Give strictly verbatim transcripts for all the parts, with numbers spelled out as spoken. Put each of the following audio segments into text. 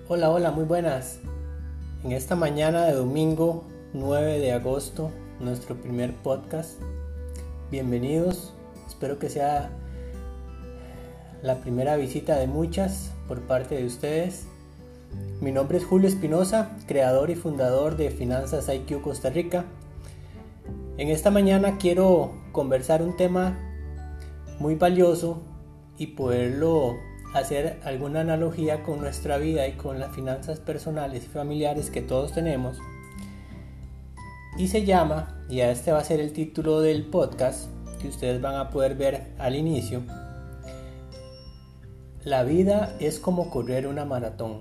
Hola, hola, muy buenas. En esta mañana de domingo nueve de agosto, nuestro primer podcast. Bienvenidos, espero que sea la primera visita de muchas por parte de ustedes. Mi nombre es Julio Espinosa, creador y fundador de Finanzas I Q Costa Rica. En esta mañana quiero conversar un tema muy valioso y poderlo hacer alguna analogía con nuestra vida y con las finanzas personales y familiares que todos tenemos. Y se llama, y este va a ser el título del podcast que ustedes van a poder ver al inicio: La vida es como correr una maratón.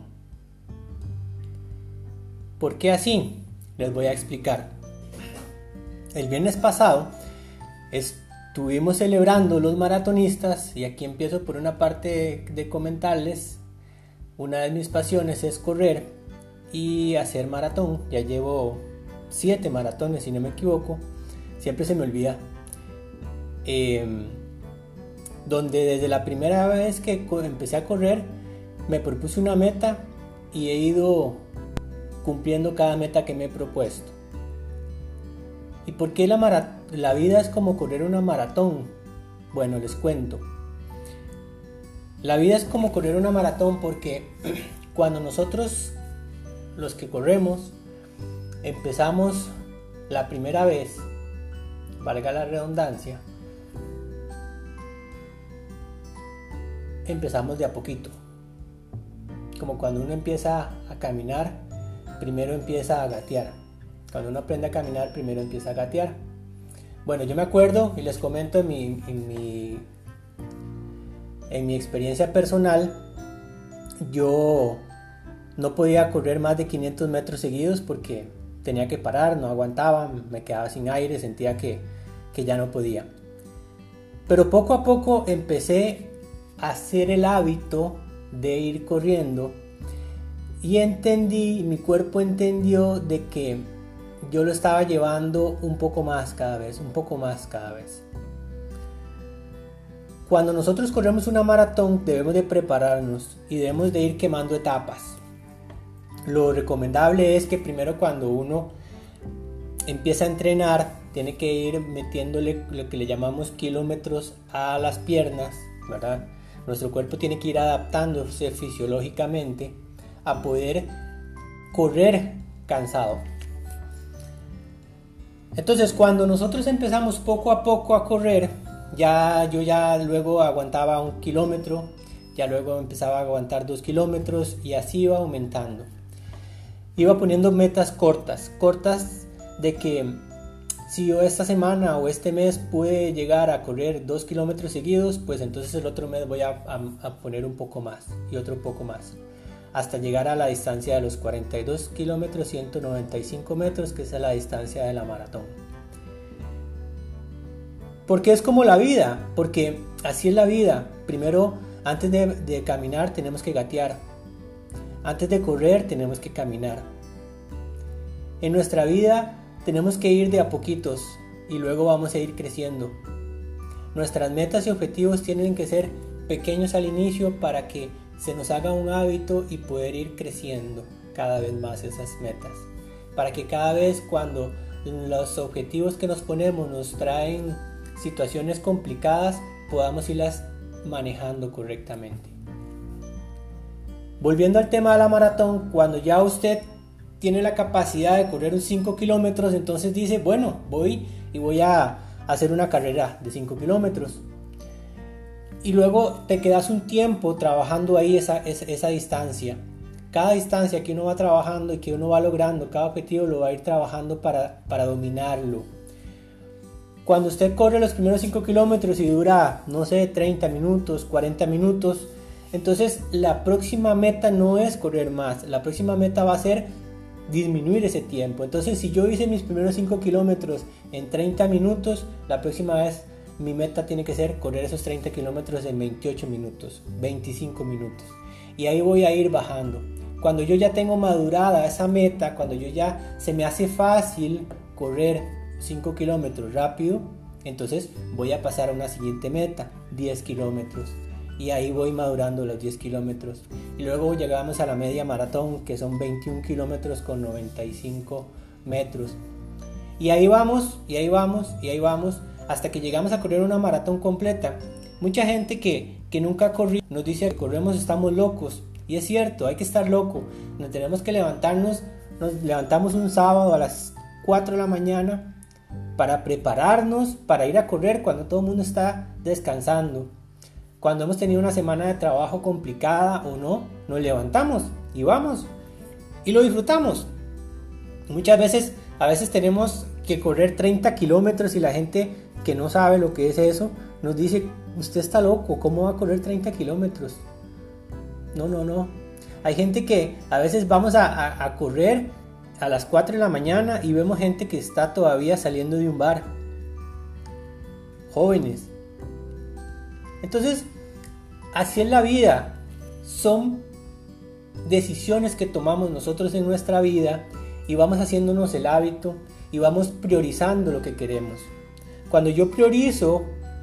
¿Por qué así? Les voy a explicar. El viernes pasado estuvimos celebrando los maratonistas y aquí empiezo por una parte de, de comentarles. Una de mis pasiones es correr y hacer maratón. Ya llevo siete maratones si no me equivoco. Siempre se me olvida. Eh, donde desde la primera vez que empecé a correr me propuse una meta y he ido cumpliendo cada meta que me he propuesto. ¿Y por qué la, mara- la vida es como correr una maratón? Bueno, les cuento. La vida es como correr una maratón porque cuando nosotros, los que corremos, empezamos la primera vez, valga la redundancia, empezamos de a poquito. Como cuando uno empieza a caminar, primero empieza a gatear. Cuando uno aprende a caminar, primero empieza a gatear. Bueno, yo me acuerdo y les comento en mi, en mi, en mi experiencia personal, yo no podía correr más de quinientos metros seguidos porque tenía que parar, no aguantaba, me quedaba sin aire, sentía que, que ya no podía. Pero poco a poco empecé a hacer el hábito de ir corriendo y entendí, mi cuerpo entendió de que yo lo estaba llevando un poco más cada vez, un poco más cada vez. Cuando nosotros corremos una maratón debemos de prepararnos y debemos de ir quemando etapas. Lo recomendable es que primero cuando uno empieza a entrenar tiene que ir metiéndole lo que le llamamos kilómetros a las piernas, ¿verdad? Nuestro cuerpo tiene que ir adaptándose fisiológicamente a poder correr cansado. Entonces cuando nosotros empezamos poco a poco a correr, ya yo ya luego aguantaba un kilómetro, ya luego empezaba a aguantar dos kilómetros y así iba aumentando. Iba poniendo metas cortas, cortas de que si yo esta semana o este mes pude llegar a correr dos kilómetros seguidos, pues entonces el otro mes voy a, a, a poner un poco más y otro poco más, hasta llegar a la distancia de los cuarenta y dos kilómetros, ciento noventa y cinco metros, que es la distancia de la maratón. Porque es como la vida, porque así es la vida. Primero, antes de, de caminar tenemos que gatear. Antes de correr tenemos que caminar. En nuestra vida tenemos que ir de a poquitos y luego vamos a ir creciendo. Nuestras metas y objetivos tienen que ser pequeños al inicio para que se nos haga un hábito y poder ir creciendo cada vez más esas metas, para que cada vez cuando los objetivos que nos ponemos nos traen situaciones complicadas podamos irlas manejando correctamente. Volviendo al tema de la maratón, cuando ya usted tiene la capacidad de correr un cinco kilómetros, entonces dice, bueno, voy y voy a hacer una carrera de cinco kilómetros. Y luego te quedas un tiempo trabajando ahí esa, esa, esa distancia. Cada distancia que uno va trabajando y que uno va logrando, cada objetivo lo va a ir trabajando para, para dominarlo. Cuando usted corre los primeros cinco kilómetros y dura, no sé, treinta minutos, cuarenta minutos, entonces la próxima meta no es correr más. La próxima meta va a ser disminuir ese tiempo. Entonces si yo hice mis primeros cinco kilómetros en treinta minutos, la próxima vez mi meta tiene que ser correr esos treinta kilómetros en veintiocho minutos, veinticinco minutos. Y ahí voy a ir bajando. Cuando yo ya tengo madurada esa meta, cuando yo ya se me hace fácil correr cinco kilómetros rápido, entonces voy a pasar a una siguiente meta, diez kilómetros. Y ahí voy madurando los diez kilómetros. y luego llegamos a la media maratón, que son veintiún kilómetros con noventa y cinco metros. Y ahí vamos, y ahí vamos, y ahí vamos, hasta que llegamos a correr una maratón completa. Mucha gente que, que nunca ha corrido nos dice que corremos estamos locos. Y es cierto, hay que estar loco. Nos tenemos que levantarnos, nos levantamos un sábado a las cuatro de la mañana para prepararnos para ir a correr cuando todo el mundo está descansando. Cuando hemos tenido una semana de trabajo complicada o no, nos levantamos y vamos y lo disfrutamos. Muchas veces, a veces tenemos que correr treinta kilómetros y la gente que no sabe lo que es eso nos dice, usted está loco, ¿cómo va a correr treinta kilómetros? No, no, no. Hay gente que a veces vamos a, a, a correr a las cuatro de la mañana y vemos gente que está todavía saliendo de un bar. Jóvenes. Entonces, así es la vida. Son decisiones que tomamos nosotros en nuestra vida y vamos haciéndonos el hábito y vamos priorizando lo que queremos. Cuando yo priorizo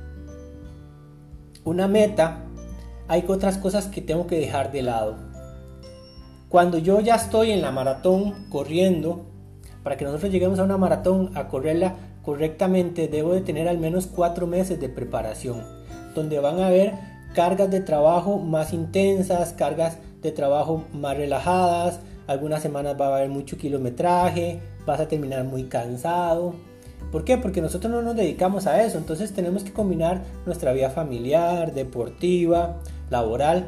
una meta, hay otras cosas que tengo que dejar de lado. Cuando yo ya estoy en la maratón corriendo, para que nosotros lleguemos a una maratón a correrla correctamente, debo de tener al menos cuatro meses de preparación, donde van a haber cargas de trabajo más intensas, cargas de trabajo más relajadas. Algunas semanas va a haber mucho kilometraje, vas a terminar muy cansado. ¿Por qué? Porque nosotros no nos dedicamos a eso, entonces tenemos que combinar nuestra vida familiar, deportiva, laboral,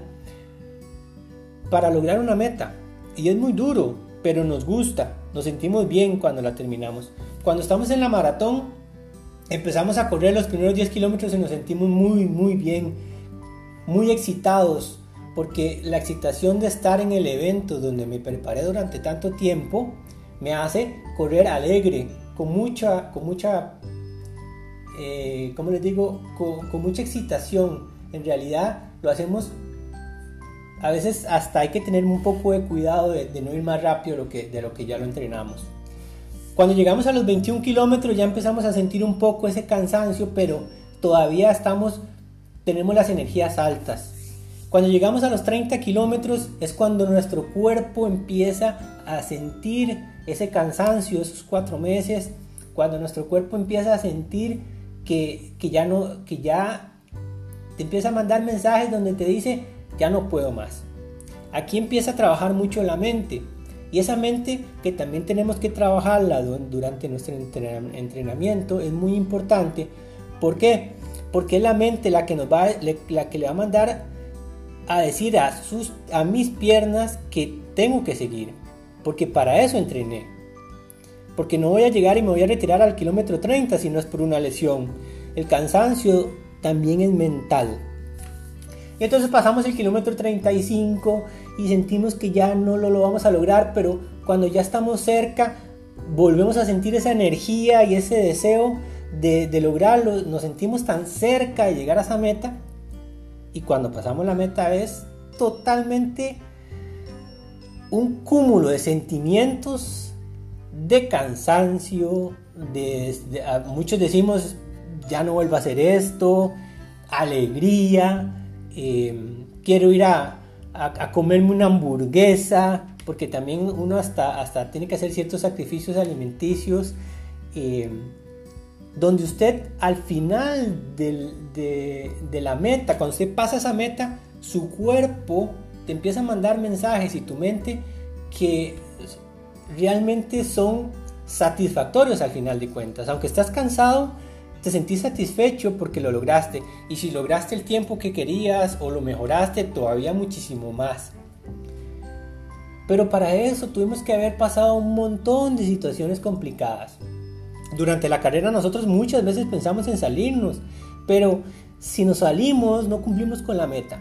para lograr una meta. Y es muy duro, pero nos gusta, nos sentimos bien cuando la terminamos. Cuando estamos en la maratón, empezamos a correr los primeros diez kilómetros y nos sentimos muy, muy bien, muy excitados, porque la excitación de estar en el evento donde me preparé durante tanto tiempo me hace correr alegre, con mucha, con mucha, eh, ¿cómo les digo? Con, con mucha excitación. En realidad lo hacemos, a veces hasta hay que tener un poco de cuidado de, de no ir más rápido de lo, que, de lo que ya lo entrenamos. Cuando llegamos a los veintiún kilómetros ya empezamos a sentir un poco ese cansancio, pero todavía estamos, tenemos las energías altas. Cuando llegamos a los treinta kilómetros es cuando nuestro cuerpo empieza a sentir ese cansancio, esos cuatro meses, cuando nuestro cuerpo empieza a sentir que, que ya no, que ya te empieza a mandar mensajes donde te dice, ya no puedo más. Aquí empieza a trabajar mucho la mente, y esa mente que también tenemos que trabajarla durante nuestro entrenamiento es muy importante. ¿Por qué? Porque es la mente la que nos va, la que le va a mandar a decir a, sus, a mis piernas que tengo que seguir, porque para eso entrené, porque no voy a llegar y me voy a retirar al kilómetro treinta si no es por una lesión. El cansancio también es mental. Y entonces pasamos el kilómetro treinta y cinco y sentimos que ya no lo, lo vamos a lograr, pero cuando ya estamos cerca volvemos a sentir esa energía y ese deseo de, de lograrlo. Nos sentimos tan cerca de llegar a esa meta, y cuando pasamos la meta es totalmente un cúmulo de sentimientos, de cansancio, de, de, a, muchos decimos ya no vuelvo a hacer esto, alegría, eh, quiero ir a, a, a comerme una hamburguesa, porque también uno hasta, hasta tiene que hacer ciertos sacrificios alimenticios, eh, donde usted al final del, de, de la meta, cuando usted pasa esa meta, su cuerpo te empieza a mandar mensajes y tu mente que realmente son satisfactorios al final de cuentas. Aunque estás cansado, te sentís satisfecho porque lo lograste, y si lograste el tiempo que querías o lo mejoraste, todavía muchísimo más. Pero para eso tuvimos que haber pasado un montón de situaciones complicadas. Durante la carrera nosotros muchas veces pensamos en salirnos, pero si nos salimos no cumplimos con la meta.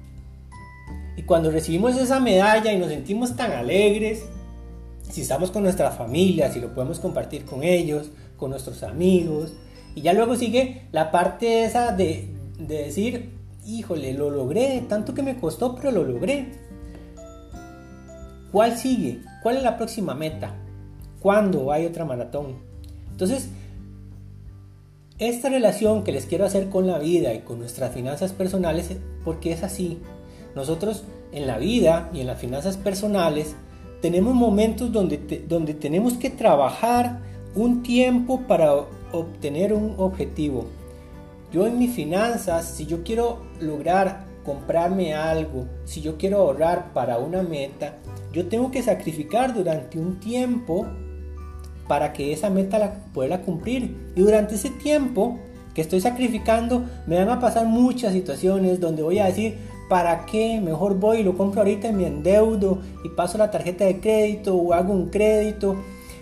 Y cuando recibimos esa medalla y nos sentimos tan alegres, si estamos con nuestra familia, si lo podemos compartir con ellos, con nuestros amigos, y ya luego sigue la parte esa de, de decir, híjole, lo logré, tanto que me costó, pero lo logré. ¿Cuál sigue? ¿Cuál es la próxima meta? ¿Cuándo hay otra maratón? Entonces, esta relación que les quiero hacer con la vida y con nuestras finanzas personales, porque es así. Nosotros en la vida y en las finanzas personales, tenemos momentos donde, te, donde tenemos que trabajar un tiempo para obtener un objetivo. Yo en mis finanzas, si yo quiero lograr comprarme algo, si yo quiero ahorrar para una meta, yo tengo que sacrificar durante un tiempo para que esa meta la pueda cumplir. Y durante ese tiempo que estoy sacrificando, me van a pasar muchas situaciones donde voy a decir, ¿para qué? Mejor voy y lo compro ahorita y me endeudo y paso la tarjeta de crédito o hago un crédito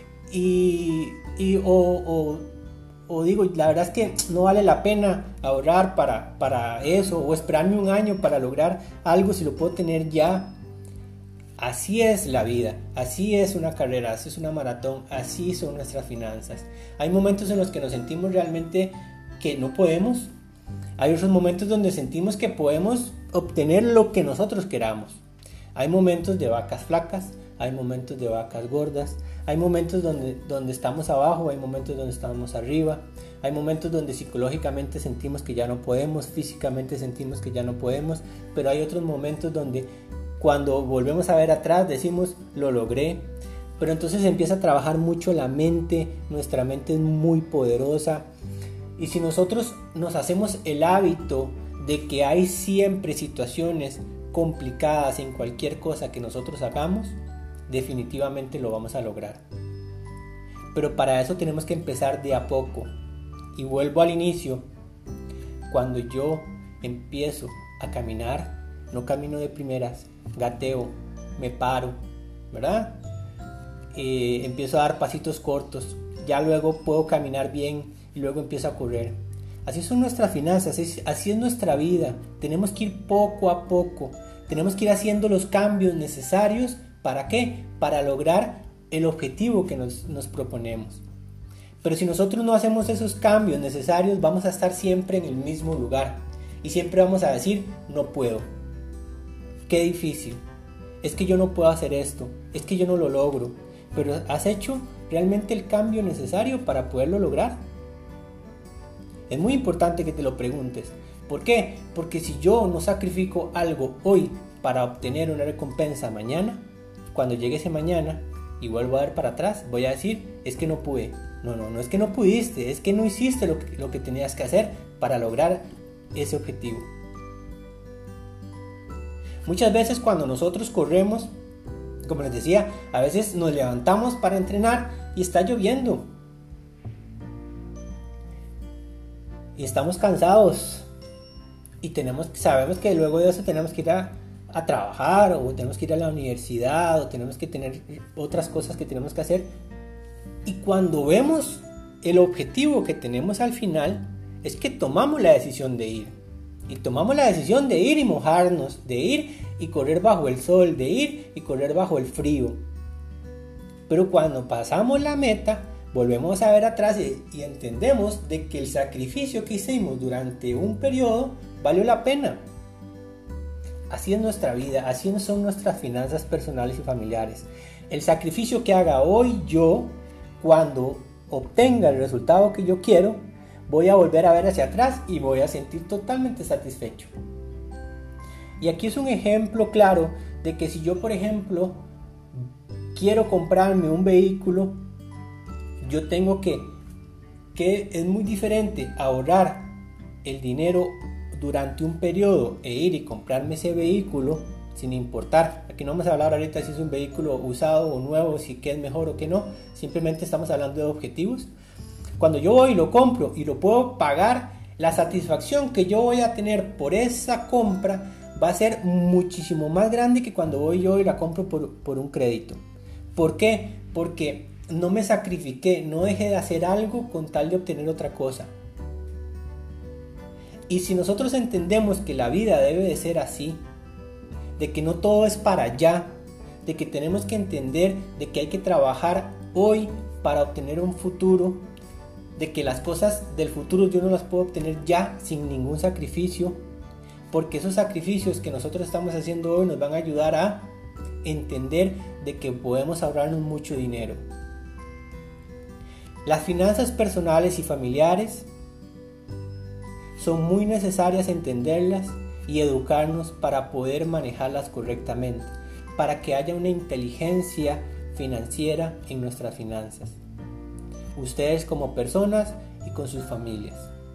y, y o, o, o digo, la verdad es que no vale la pena ahorrar para, para eso o esperarme un año para lograr algo si lo puedo tener ya. Así es la vida, así es una carrera, así es una maratón, así son nuestras finanzas. Hay momentos en los que nos sentimos realmente que no podemos. Hay otros momentos donde sentimos que podemos obtener lo que nosotros queramos. Hay momentos de vacas flacas, hay momentos de vacas gordas, hay momentos donde, donde estamos abajo, hay momentos donde estamos arriba, hay momentos donde psicológicamente sentimos que ya no podemos, físicamente sentimos que ya no podemos, pero hay otros momentos donde cuando volvemos a ver atrás decimos, lo logré. Pero entonces empieza a trabajar mucho la mente, nuestra mente es muy poderosa. Y si nosotros nos hacemos el hábito de que hay siempre situaciones complicadas en cualquier cosa que nosotros hagamos, definitivamente lo vamos a lograr. Pero para eso tenemos que empezar de a poco. Y vuelvo al inicio. Cuando yo empiezo a caminar, no camino de primeras, gateo, me paro, ¿verdad? Eh, empiezo a dar pasitos cortos, ya luego puedo caminar bien y luego empiezo a correr. Así son nuestras finanzas, así es nuestra vida. Tenemos que ir poco a poco, tenemos que ir haciendo los cambios necesarios. ¿Para qué? Para lograr el objetivo que nos, nos proponemos. Pero si nosotros no hacemos esos cambios necesarios, vamos a estar siempre en el mismo lugar y siempre vamos a decir, no puedo. Qué difícil, es que yo no puedo hacer esto, es que yo no lo logro. Pero ¿has hecho realmente el cambio necesario para poderlo lograr? Es muy importante que te lo preguntes. ¿Por qué? Porque si yo no sacrifico algo hoy para obtener una recompensa mañana, cuando llegue ese mañana y vuelvo a ver para atrás, voy a decir, es que no pude. No, no, no es que no pudiste, es que no hiciste lo que, lo que tenías que hacer para lograr ese objetivo. Muchas veces cuando nosotros corremos, como les decía, a veces nos levantamos para entrenar y está lloviendo. Y estamos cansados. Y tenemos, sabemos que luego de eso tenemos que ir a, a trabajar, o tenemos que ir a la universidad, o tenemos que tener otras cosas que tenemos que hacer. Y cuando vemos el objetivo que tenemos al final, es que tomamos la decisión de ir. Y tomamos la decisión de ir y mojarnos, de ir y correr bajo el sol, de ir y correr bajo el frío. Pero cuando pasamos la meta, volvemos a ver atrás y, y entendemos de que el sacrificio que hicimos durante un periodo valió la pena. Así es nuestra vida, así son nuestras finanzas personales y familiares. El sacrificio que haga hoy yo, cuando obtenga el resultado que yo quiero, voy a volver a ver hacia atrás y voy a sentir totalmente satisfecho. Y aquí es un ejemplo claro de que si yo, por ejemplo, quiero comprarme un vehículo, yo tengo que, que es muy diferente ahorrar el dinero durante un periodo e ir y comprarme ese vehículo sin importar. Aquí no vamos a hablar ahorita si es un vehículo usado o nuevo, si qué es mejor o qué no, simplemente estamos hablando de objetivos. Cuando yo voy y lo compro y lo puedo pagar, la satisfacción que yo voy a tener por esa compra va a ser muchísimo más grande que cuando voy yo y la compro por, por un crédito. ¿Por qué? Porque no me sacrifiqué, no dejé de hacer algo con tal de obtener otra cosa. Y si nosotros entendemos que la vida debe de ser así, de que no todo es para allá, de que tenemos que entender de que hay que trabajar hoy para obtener un futuro, de que las cosas del futuro yo no las puedo obtener ya sin ningún sacrificio, porque esos sacrificios que nosotros estamos haciendo hoy nos van a ayudar a entender de que podemos ahorrarnos mucho dinero. Las finanzas personales y familiares son muy necesarias entenderlas y educarnos para poder manejarlas correctamente, para que haya una inteligencia financiera en nuestras finanzas, ustedes como personas y con sus familias.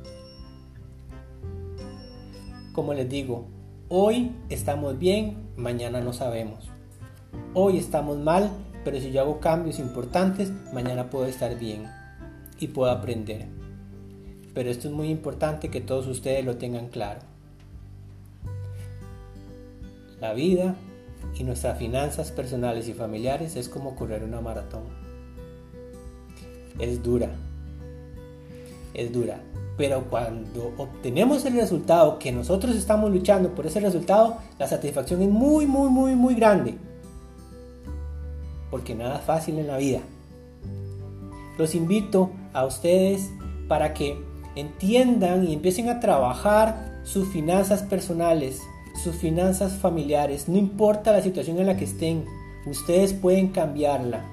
Como les digo, hoy estamos bien, mañana no sabemos. Hoy estamos mal, pero si yo hago cambios importantes, mañana puedo estar bien y puedo aprender. Pero esto es muy importante que todos ustedes lo tengan claro. La vida y nuestras finanzas personales y familiares es como correr una maratón. Es dura, es dura, pero cuando obtenemos el resultado, que nosotros estamos luchando por ese resultado, la satisfacción es muy, muy, muy, muy grande. Porque nada es fácil en la vida. Los invito a ustedes para que entiendan y empiecen a trabajar sus finanzas personales, sus finanzas familiares. No importa la situación en la que estén, ustedes pueden cambiarla.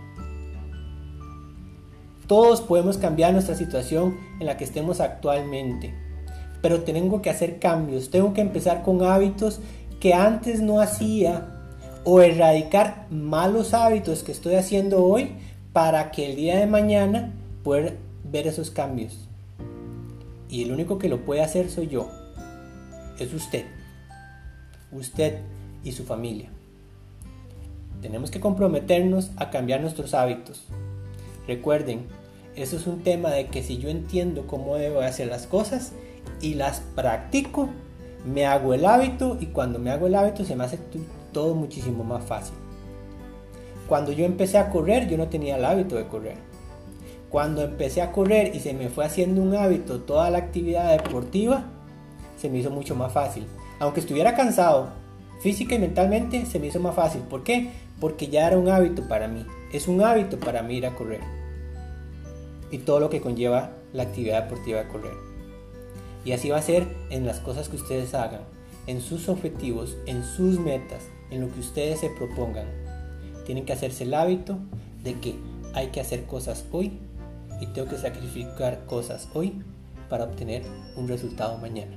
Todos podemos cambiar nuestra situación en la que estemos actualmente, pero tengo que hacer cambios. Tengo que empezar con hábitos que antes no hacía, o erradicar malos hábitos que estoy haciendo hoy para que el día de mañana pueda ver esos cambios. Y el único que lo puede hacer soy yo. Es usted. Usted y su familia. Tenemos que comprometernos a cambiar nuestros hábitos. Recuerden, eso es un tema de que si yo entiendo cómo debo hacer las cosas y las practico, me hago el hábito, y cuando me hago el hábito se me hace todo muchísimo más fácil. Cuando yo empecé a correr, yo no tenía el hábito de correr. Cuando empecé a correr y se me fue haciendo un hábito toda la actividad deportiva, se me hizo mucho más fácil. Aunque estuviera cansado, física y mentalmente, se me hizo más fácil. ¿Por qué? Porque ya era un hábito para mí. Es un hábito para mí ir a correr. Y todo lo que conlleva la actividad deportiva de correr. Y así va a ser en las cosas que ustedes hagan, en sus objetivos, en sus metas, en lo que ustedes se propongan. Tienen que hacerse el hábito de que hay que hacer cosas hoy y tengo que sacrificar cosas hoy para obtener un resultado mañana.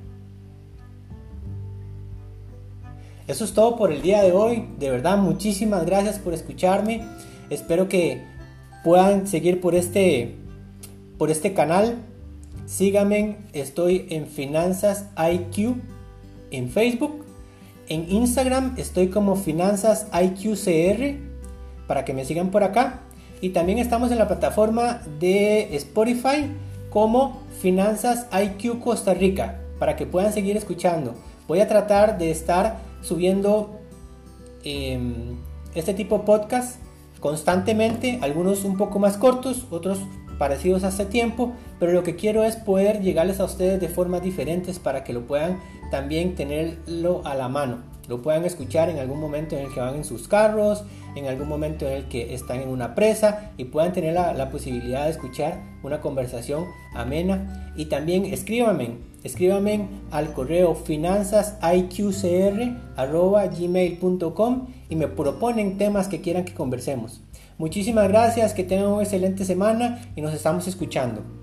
Eso es todo por el día de hoy. De verdad, muchísimas gracias por escucharme. Espero que puedan seguir por este, por este canal. Síganme, estoy en Finanzas I Q en Facebook. En Instagram estoy como Finanzas I Q C R para que me sigan por acá. Y también estamos en la plataforma de Spotify como Finanzas I Q Costa Rica para que puedan seguir escuchando. Voy a tratar de estar subiendo eh, este tipo de podcast constantemente, algunos un poco más cortos, otros parecidos a este tiempo, pero lo que quiero es poder llegarles a ustedes de formas diferentes para que lo puedan también tenerlo a la mano, lo puedan escuchar en algún momento en el que van en sus carros, en algún momento en el que están en una presa y puedan tener la, la posibilidad de escuchar una conversación amena. Y también escríbanme, escríbanme al correo finanzasiqcr arroba gmail punto com y me proponen temas que quieran que conversemos. Muchísimas gracias, que tengan una excelente semana y nos estamos escuchando.